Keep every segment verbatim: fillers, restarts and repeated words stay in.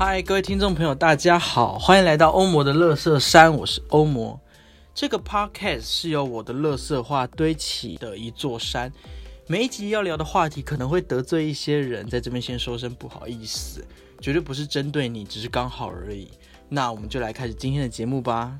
嗨，各位听众朋友，大家好，欢迎来到欧摩的垃圾山，我是欧摩。这个 podcast 是由我的垃圾话堆起的一座山，每一集要聊的话题可能会得罪一些人，在这边先说声不好意思，绝对不是针对你，只是刚好而已。那我们就来开始今天的节目吧。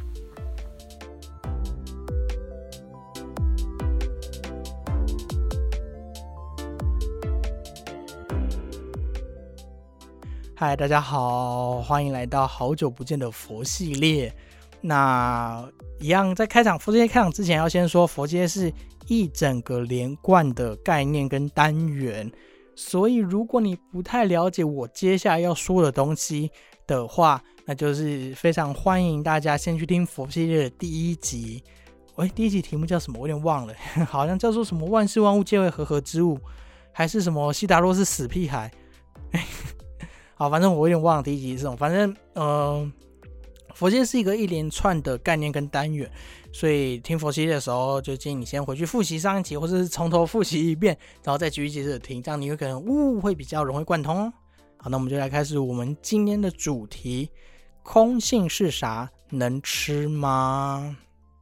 嗨，大家好，欢迎来到好久不见的佛系列。那一样在开场佛系列开场之前，要先说佛系列是一整个连贯的概念跟单元，所以如果你不太了解我接下来要说的东西的话，那就是非常欢迎大家先去听佛系列的第一集。喂，第一集题目叫什么？我有点忘了，好像叫做什么万事万物皆为和合之物，还是什么悉达多是死屁孩。好，反正我有点忘了第一集是什么。反正呃，佛系是一个一连串的概念跟单元，所以听佛系的时候，就建议你先回去复习上一集，或者是从头复习一遍，然后再继续接着听，这样你有可能呜会比较容易贯通哦。好，那我们就来开始我们今天的主题：空性是啥？能吃吗？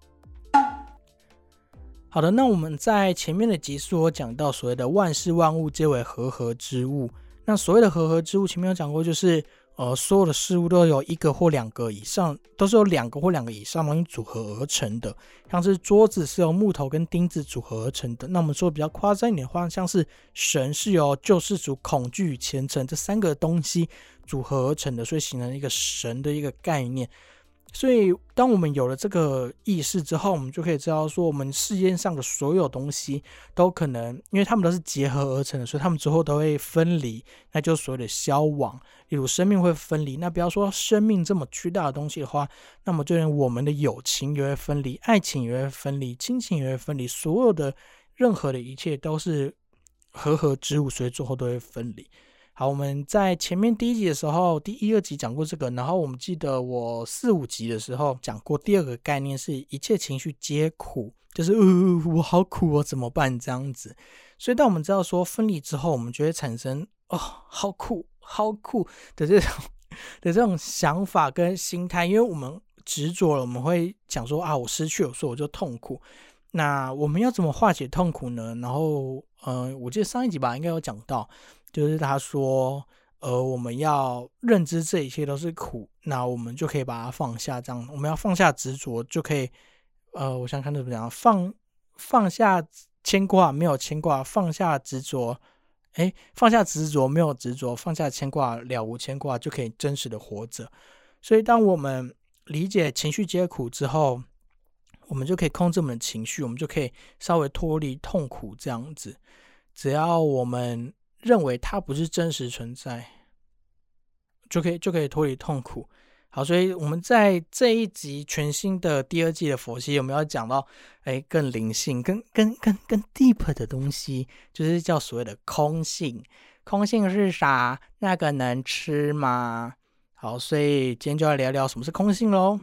好的，那我们在前面的集数有讲到所谓的万事万物皆为和合之物。那所谓的和合之物，前面有讲过，就是呃，所有的事物都有一个或两个以上，都是由两个或两个以上东西组合而成的。像是桌子是由木头跟钉子组合而成的。那我们说比较夸张一点的话，像是神是由救世主、恐惧与虔诚这三个东西组合而成的，所以形成一个神的一个概念。所以当我们有了这个意识之后，我们就可以知道说，我们世界上的所有东西都可能，因为它们都是结合而成的，所以它们之后都会分离，那就是所谓的消亡。例如生命会分离，那不要说生命这么巨大的东西的话，那么就连我们的友情也会分离，爱情也会分离，亲情也会分离，所有的任何的一切都是和合之物，所以最后都会分离。好，我们在前面第一集的时候，第一、二集讲过这个，然后我们记得我四五集的时候讲过第二个概念是一切情绪皆苦，就是呃我好苦哦，怎么办这样子。所以当我们知道说分离之后，我们就会产生哦好苦好苦的这种的这种想法跟心态，因为我们执着了，我们会讲说啊我失去了，所以我就痛苦。那我们要怎么化解痛苦呢？然后呃，我记得上一集吧应该有讲到。就是他说呃，我们要认知这一切都是苦，那我们就可以把它放下，这样我们要放下执着，就可以呃，我想看怎么讲，放放下牵挂没有牵挂，放下执着诶放下执着没有执着，放下牵挂了无牵挂，就可以真实的活着。所以当我们理解情绪皆苦之后，我们就可以控制我们的情绪，我们就可以稍微脱离痛苦这样子。只要我们认为它不是真实存在，就可以就可以脱离痛苦。好，所以我们在这一集全新的第二季的佛系，我们要讲到哎更灵性、更更更更 deep 的东西，就是叫所谓的空性。空性是啥？那个能吃吗？好，所以今天就要聊聊什么是空性咯。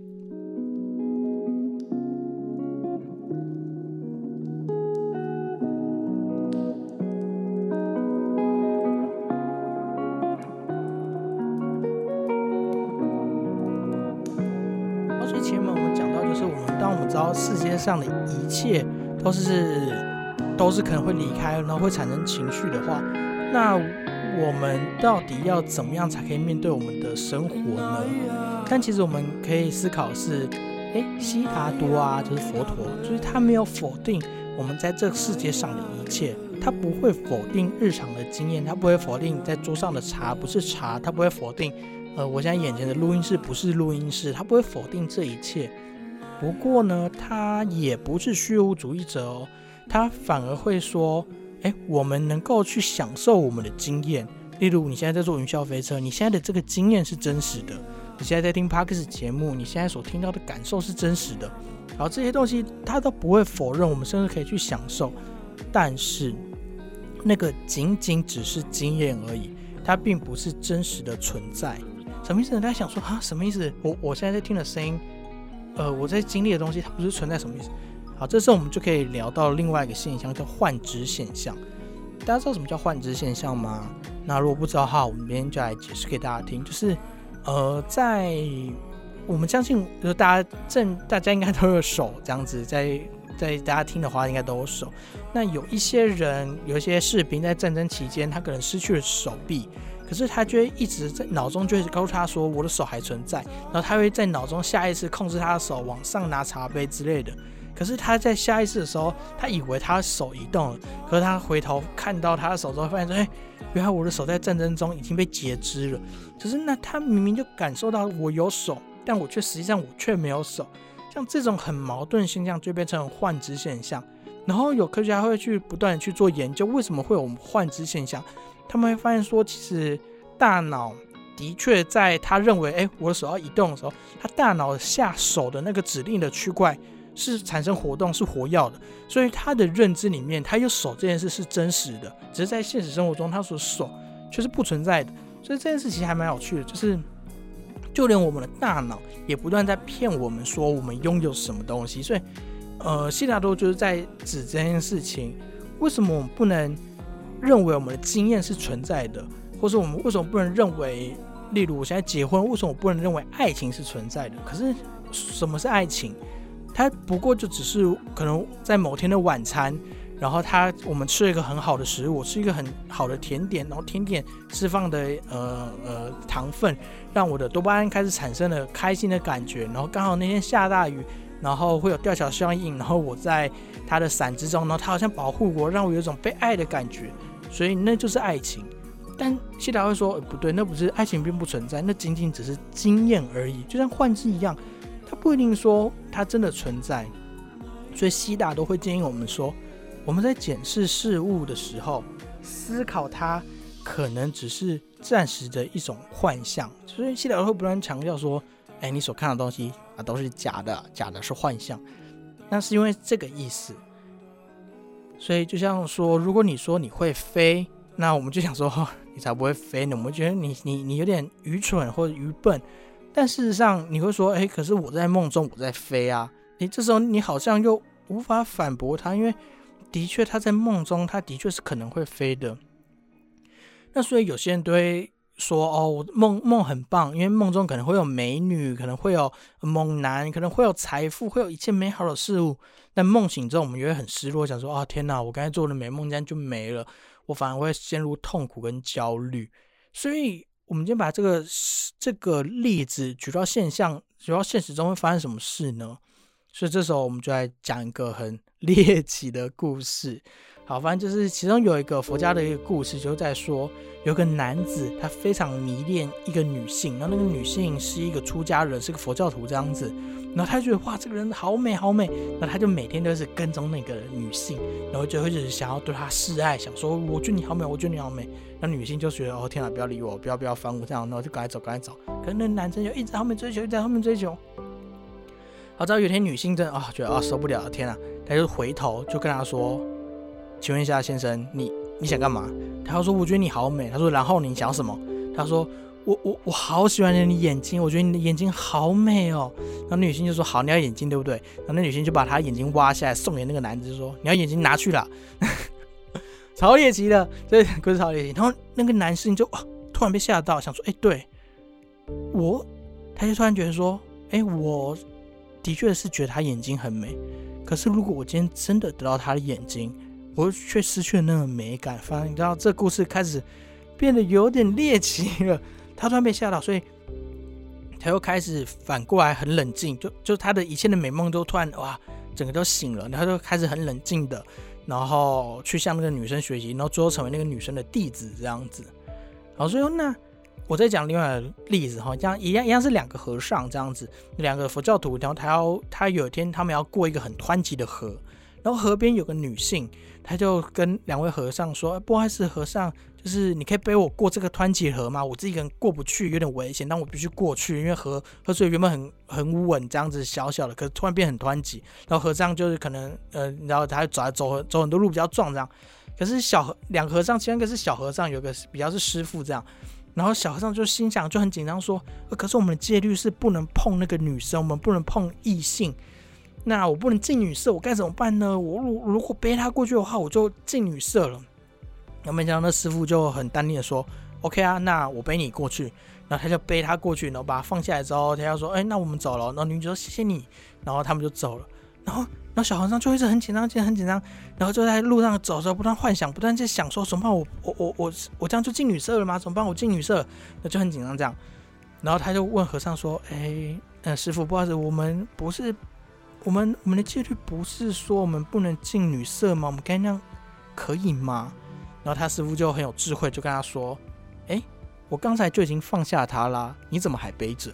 知道世界上的一切都是都是可能会离开，然后会产生情绪的话，那我们到底要怎么样才可以面对我们的生活呢？但其实我们可以思考是，诶，悉达多啊，就是佛陀，就是他没有否定我们在这个世界上的一切，他不会否定日常的经验，他不会否定在桌上的茶不是茶，他不会否定呃我现在眼前的录音室不是录音室，他不会否定这一切。不过呢，他也不是虚无主义者哦，他反而会说，哎，我们能够去享受我们的经验。例如，你现在在坐云霄飞车，你现在的这个经验是真实的；你现在在听 Podcast 节目，你现在所听到的感受是真实的。然后这些东西他都不会否认，我们甚至可以去享受。但是，那个仅仅只是经验而已，它并不是真实的存在。什么意思呢？大家想说啊，什么意思？我我现在在听的声音。呃，我在经历的东西，它不是存在什么意思？好，这时候我们就可以聊到另外一个现象，叫幻知现象。大家知道什么叫幻知现象吗？ 那如果不知道的话，我们今天就来解释给大家听。就是呃，在我们相信，就是大家正大家应该都有手这样子，在在大家听的话，应该都有手。那有一些人，有一些士兵在战争期间，他可能失去了手臂，可是他就会一直在脑中就会告诉他说，我的手还存在。然后他会在脑中下意识控制他的手往上拿茶杯之类的。可是他在下意识的时候，他以为他的手移动了，可是他回头看到他的手之后，发现说，哎，原来我的手在战争中已经被截肢了。可是那他明明就感受到我有手，但我却实际上我却没有手。像这种很矛盾现象就变成幻肢现象。然后有科学家会去不断的去做研究，为什么会有幻肢现象？他们会发现说，其实大脑的确在他认为，哎，我的手要移动的时候，他大脑下手的那个指令的区块是产生活动，是活跃的，所以他的认知里面，他有手这件事是真实的，只是在现实生活中，他说手却是不存在的。所以这件事其实还蛮有趣的，就是就连我们的大脑也不断在骗我们说我们拥有什么东西。所以，呃，悉达多就是在指这件事情，为什么我们不能认为我们的经验是存在的，或是我们为什么不能认为，例如我现在结婚，为什么我不能认为爱情是存在的？可是什么是爱情？它不过就只是可能在某天的晚餐，然后它我们吃了一个很好的食物，我吃一个很好的甜点，然后甜点释放的呃呃糖分，让我的多巴胺开始产生了开心的感觉，然后刚好那天下大雨，然后会有吊桥效应，然后我在它的伞之中，然后它好像保护我，让我有一种被爱的感觉，所以那就是爱情。但悉达会说、呃、不对，那不是爱情，并不存在，那仅仅只是经验而已，就像幻肢一样，它不一定说它真的存在。所以悉达都会建议我们说，我们在检视事物的时候，思考它可能只是暂时的一种幻象。所以悉达会不断强调说，哎，你所看的东西啊都是假的，假的是幻象。那是因为这个意思。所以就像说，如果你说你会飞，那我们就想说、哦、你才不会飞呢，我们觉得你你你有点愚蠢或者愚笨。但事实上你会说，哎，可是我在梦中我在飞啊。诶，这时候你好像又无法反驳他，因为的确他在梦中他的确是可能会飞的。那所以有些人都会说，哦，我梦梦很棒，因为梦中可能会有美女，可能会有猛男，可能会有财富，会有一切美好的事物。但梦醒之后我们也会很失落，想说，哦，天哪，我刚才做的美梦这样就没了，我反而会陷入痛苦跟焦虑。所以我们今天把这个这个例子举到现象，举到现实中会发生什么事呢？所以这时候我们就来讲一个很猎奇的故事。好，反正就是其中有一个佛家的一个故事，就在说有个男子他非常迷恋一个女性，然后那个女性是一个出家人，是个佛教徒这样子，然后他觉得哇这个人好美好美，然后他就每天都是跟踪那个女性，然后就会一直想要对她示爱，想说我觉得你好美，我觉得你好美。那女性就觉得哦天哪，不要理我，不要不要烦我这样，然后就赶快走赶快走。可是那男生就一直在后面追求，一直在后面追求。好，直到有一天女性真的啊、哦、觉得啊、哦、受不了了，天哪，他就回头就跟他说，请问一下先生，你你想干嘛？他说我觉得你好美。他说然后你想什么？他说我我我好喜欢你的眼睛，我觉得你的眼睛好美哦。然后女性就说好，你要眼睛对不对？然后那女性就把她眼睛挖下来送给那个男子，就说你要眼睛拿去啦。超猎奇的，这故事超猎奇。然后那个男生就、哦、突然被吓到，想说哎，对我，他就突然觉得说，哎，我的确是觉得他眼睛很美，可是如果我今天真的得到他的眼睛，我却失去了那个美感。反正你知道这故事开始变得有点猎奇了，他突然被吓到，所以他又开始反过来很冷静，就就他的一切的美梦都突然哇整个都醒了，然后就开始很冷静的，然后去向那个女生学习，然后最后成为那个女生的弟子这样子。好，所以那我再讲另外的例子哈，这样一样一样是两个和尚这样子，两个佛教徒，然后他要他有一天他们要过一个很湍急的河，然后河边有个女性，他就跟两位和尚说，不好意思和尚，就是你可以背我过这个湍急河吗？我自己一个人过不去，有点危险，但我必须过去，因为河河水原本很很稳这样子小小的，可是突然变很湍急，然后和尚就是可能呃，然后他走走走很多路比较壮这样，可是小两个和尚，其中一个是小和尚，有一个比较是师父这样。然后小和尚就心想，就很紧张说、呃、可是我们的戒律是不能碰那个女生，我们不能碰异性，那我不能近女色，我该怎么办呢？我如果背她过去的话，我就近女色了。 然后没想到那师傅就很淡定的说 OK 啊，那我背你过去。然后他就背他过去，然后把他放下来之后，他就说哎、欸，那我们走了。然后女主说谢谢你，然后他们就走了。然后然后小和尚就一直很紧张，很紧张，然后就在路上走的时候不断幻想，不断在想说怎么办，我我我我我这样就进女色了吗？怎么办？我进女色了，那就很紧张这样。然后他就问和尚说：“哎，呃，师父，不好意思，我们不是我们我们的戒律不是说我们不能进女色吗？我们该那样可以吗？”然后他师父就很有智慧，就跟他说：“哎，我刚才就已经放下他啦，你怎么还背着？”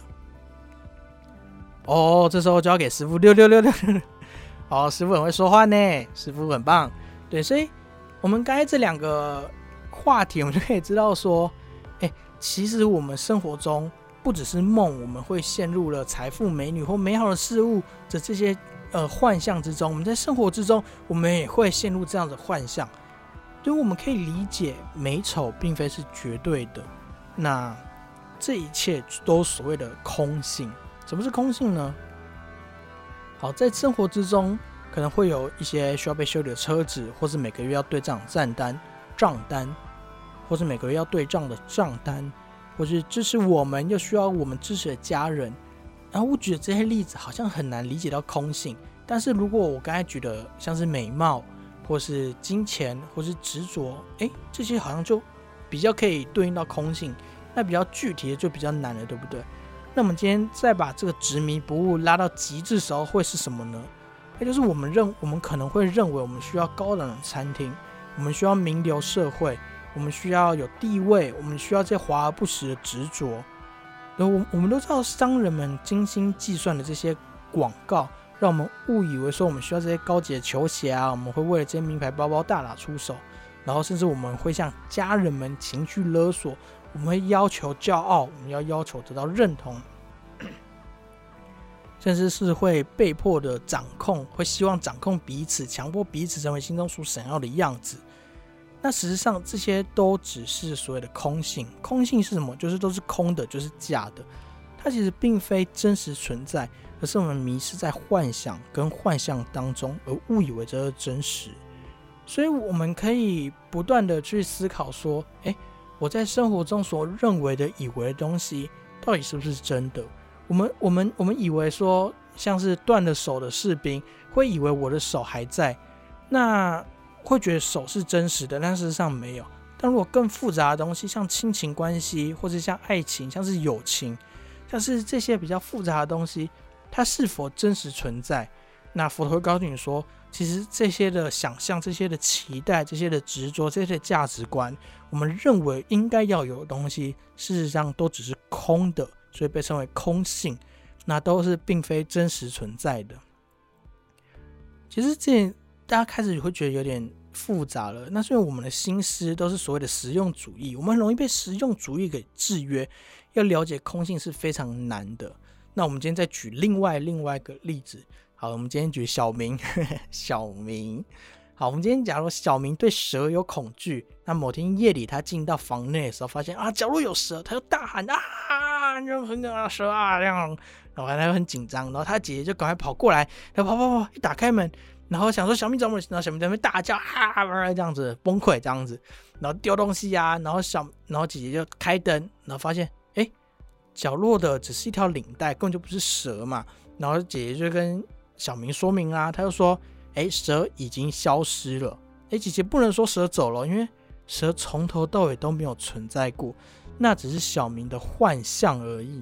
哦，这时候就要给师父六六六六六。哦，师父很会说话呢，师父很棒。对，所以我们刚才这两个话题，我们就可以知道说，哎，其实我们生活中不只是梦，我们会陷入了财富、美女或美好的事物的这些呃幻象之中。我们在生活之中，我们也会陷入这样的幻象。所以我们可以理解，美丑并非是绝对的。那这一切都所谓的空性。什么是空性呢？好，在生活之中可能会有一些需要被修理的车子，或是每个月要对账账单账单，或是每个月要对账的账单，或是支持我们又需要我们支持的家人。然后我举的这些例子好像很难理解到空性，但是如果我刚才举的像是美貌，或是金钱，或是执着，诶，这些好像就比较可以对应到空性。那比较具体的就比较难了，对不对？那我们今天再把这个执迷不悟拉到极致时候会是什么呢？也就是我们认我们可能会认为我们需要高档的餐厅，我们需要名流社会，我们需要有地位，我们需要这些华而不实的执着。我我们都知道商人们精心计算的这些广告，让我们误以为说我们需要这些高级的球鞋啊，我们会为了这些名牌包包大打出手，然后甚至我们会向家人们情绪勒索，我们会要求骄傲，我们要要求得到认同，甚至是会被迫的掌控，会希望掌控彼此，强迫彼此成为心中所想要的样子。那事实上这些都只是所谓的空性。空性是什么？就是都是空的，就是假的，它其实并非真实存在，而是我们迷失在幻想跟幻象当中，而误以为这是真实。所以我们可以不断的去思考说，诶，我在生活中所认为的以为的东西到底是不是真的？我们我们我们以为说像是断了手的士兵会以为我的手还在，那会觉得手是真实的，但事实上没有。但如果更复杂的东西，像亲情关系，或是像爱情，像是友情，像是这些比较复杂的东西，它是否真实存在？那佛陀会告诉你说，其实这些的想象，这些的期待，这些的执着，这些的价值观，我们认为应该要有的东西，事实上都只是空的，所以被称为空性，那都是并非真实存在的。其实这大家开始会觉得有点复杂了，那是因为我们的心思都是所谓的实用主义，我们很容易被实用主义给制约，要了解空性是非常难的。那我们今天再举另外另外一个例子，好，我们今天举小明小明好，我们今天假如小明对蛇有恐惧，那某天夜里他进到房内的时候，发现啊角落有蛇，他就大喊啊，就很可怕蛇啊这样，然后他就很紧张，然后他姐姐就赶快跑过来，他跑跑跑，一打开门，然后想说小明怎么了，然后小明在那边大叫啊，这样子崩溃这样子，然后丢东西啊，然后小然后姐姐就开灯，然后发现哎角落的只是一条领带，根本就不是蛇嘛，然后姐姐就跟小明说明啊，他就说哎蛇已经消失了，哎姐姐不能说蛇走了，因为蛇从头到尾都没有存在过，那只是小明的幻象而已。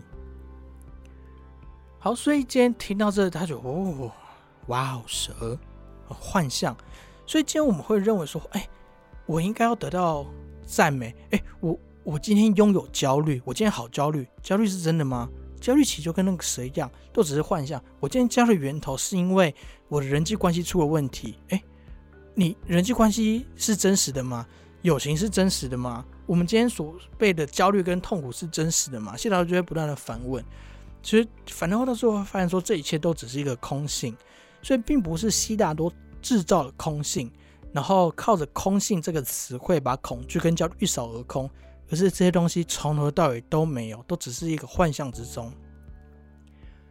好，所以今天听到这他就哦哇哦蛇幻象，所以今天我们会认为说，哎，我应该要得到赞美，哎，我我今天拥有焦虑，我今天好焦虑，焦虑是真的吗？焦虑其实就跟那个蛇一样，都只是幻象。我今天焦虑源头是因为我的人际关系出了问题，哎，你人际关系是真实的吗？友情是真实的吗？我们今天所被的焦虑跟痛苦是真实的吗？谢导就会不断的反问，其实反正到最后会发现说，这一切都只是一个空性。所以并不是悉达多制造了空性，然后靠着空性这个词汇把恐惧跟焦虑一扫而空，而是这些东西从头到尾都没有，都只是一个幻象之中。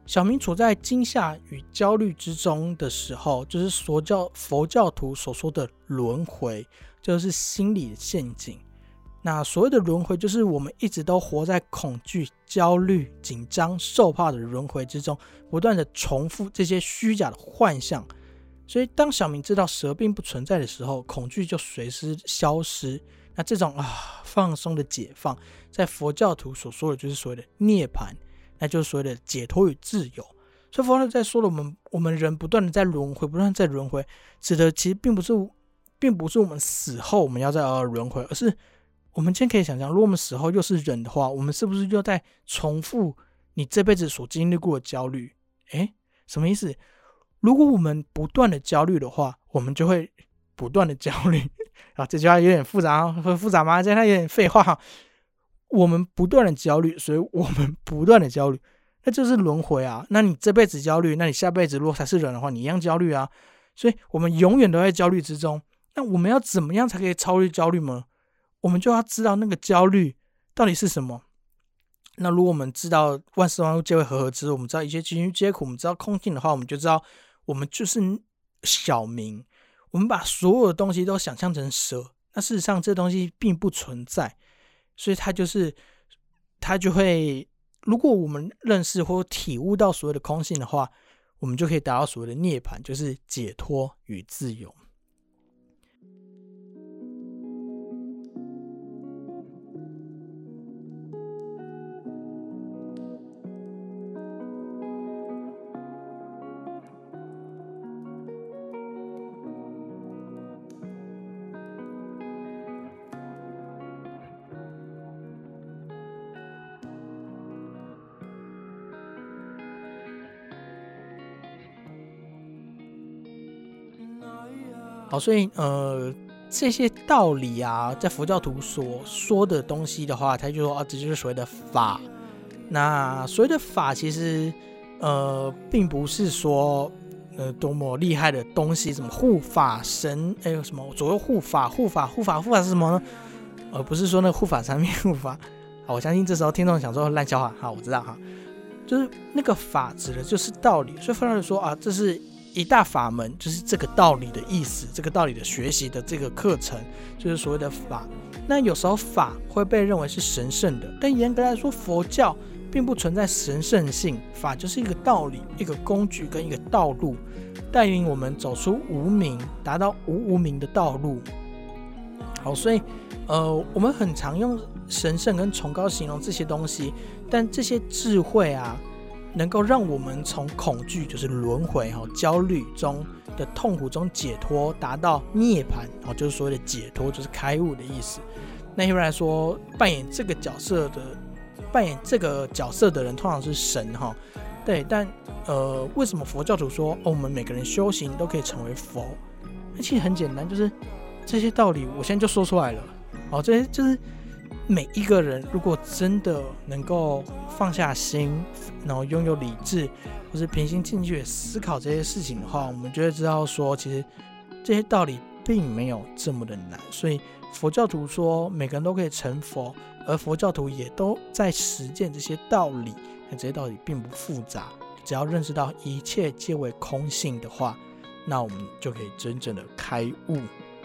小明处在惊吓与焦虑之中的时候，就是佛教佛教徒所说的轮回，就是心理的陷阱。那所谓的轮回，就是我们一直都活在恐惧、焦虑、紧张、受怕的轮回之中，不断的重复这些虚假的幻象。所以当小明知道蛇并不存在的时候，恐惧就随之消失。那这种啊放松的解放，在佛教徒所说的就是所谓的涅槃，那就是所谓的解脱与自由。所以佛教在说的我们我们人不断的在轮回，不断地在轮回，指的其实并不是并不是我们死后我们要再轮回，而是我们今天可以想象，如果我们死后又是人的话，我们是不是又在重复你这辈子所经历过的焦虑？诶，什么意思？如果我们不断的焦虑的话，我们就会不断的焦虑。啊，这句话有点复杂，会复杂吗？这样有点废话。我们不断的焦虑，所以我们不断的焦虑，那就是轮回啊。那你这辈子焦虑，那你下辈子如果还是人的话，你一样焦虑啊。所以我们永远都在焦虑之中。那我们要怎么样才可以超越焦虑呢？我们就要知道那个焦虑到底是什么。那如果我们知道万事万物皆为和合之，我们知道一切尽皆苦，我们知道空性的话，我们就知道我们就是小明。我们把所有的东西都想象成蛇，那事实上这东西并不存在，所以它就是它就会，如果我们认识或体悟到所谓的空性的话，我们就可以达到所谓的涅槃，就是解脱与自由。好，所以呃，这些道理啊，在佛教徒所说的东西的话，他就说啊，这就是所谓的法。那所谓的法，其实呃，并不是说呃多么厉害的东西，什么护法神，哎，什么左右护法、护法、护法、护法是什么呢？而、呃、不是说那个护法三面护法。好，我相信这时候听众想说烂笑话，好，我知道哈，就是那个法指的就是道理，所以佛教徒说啊，这是一大法门，就是这个道理的意思，这个道理的学习的这个课程，就是所谓的法。那有时候法会被认为是神圣的，但严格来说，佛教并不存在神圣性，法就是一个道理、一个工具跟一个道路，带领我们走出无明，达到无无明的道路。好，所以呃，我们很常用神圣跟崇高形容这些东西，但这些智慧啊，能够让我们从恐惧，就是轮回、焦虑中的痛苦中解脱，达到涅槃，就是所谓的解脱，就是开悟的意思。那一般来说，扮演这个角色的扮演这个角色的人通常是神，对。但呃，为什么佛教徒说、哦、我们每个人修行都可以成为佛？其实很简单，就是这些道理，我现在就说出来了。好，这些就是每一个人如果真的能够放下心，然后拥有理智，或是平心静气的思考这些事情的话，我们就会知道说，其实这些道理并没有这么的难。所以佛教徒说每个人都可以成佛，而佛教徒也都在实践这些道理。那这些道理并不复杂，只要认识到一切皆为空性的话，那我们就可以真正的开悟。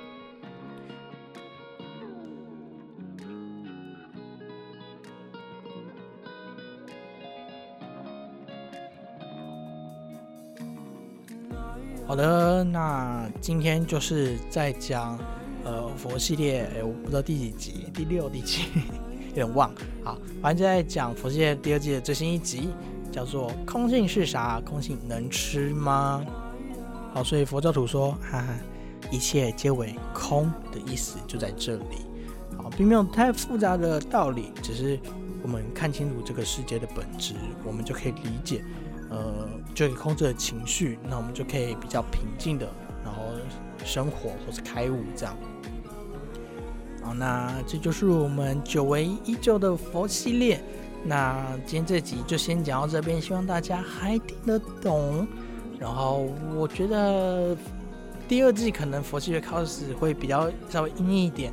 好的，那今天就是在讲呃佛系列，哎，我不知道第几集，第六、第七，有点忘。好，反正就在讲佛系列第二季的最新一集，叫做“空性是啥？空性能吃吗？”好，所以佛教徒说，哈哈，一切皆为空的意思就在这里。好，并没有太复杂的道理，只是我们看清楚这个世界的本质，我们就可以理解。呃，就可以控制情绪，那我们就可以比较平静的，然后生活或是开悟这样。好，那这就是我们久违已久的佛系列。那今天这集就先讲到这边，希望大家还听得懂。然后我觉得第二季可能佛系列开始会比较稍微硬一点，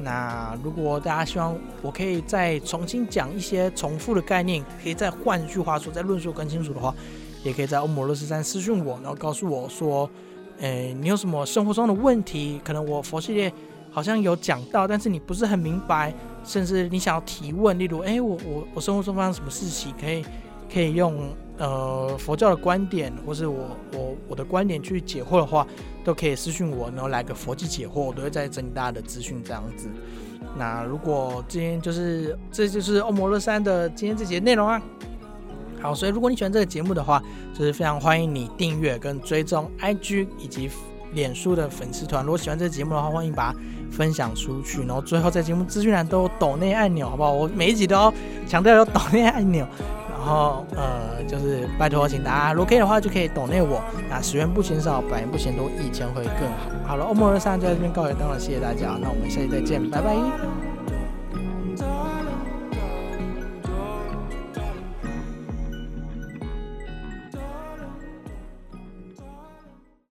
那如果大家希望我可以再重新讲一些重复的概念，可以再换一句话说，再论述更清楚的话，也可以在欧摩二十三私讯我，然后告诉我说，诶，你有什么生活中的问题，可能我佛系列好像有讲到，但是你不是很明白，甚至你想要提问，例如，诶，我我我生活中发生什么事情，可以可以用呃佛教的观点，或是我我我的观点去解惑的话，都可以私讯我，然后来个佛系解惑，我都会再整理大家的资讯这样子。那如果今天就是这就是欧摩二三的今天这节内容啊。好，所以如果你喜欢这个节目的话，就是非常欢迎你订阅跟追踪 I G 以及脸书的粉丝团。如果喜欢这个节目的话，欢迎把它分享出去。然后最后在节目资讯栏都有抖内按钮，好不好？我每一集都要强调有抖内按钮。然后呃，就是拜托，请大家如果可以的话，就可以抖内我。那十元不嫌少，百元不嫌多，一千会更好。好了，欧摩二三就在这边告一段落，谢谢大家。那我们下期再见，拜拜。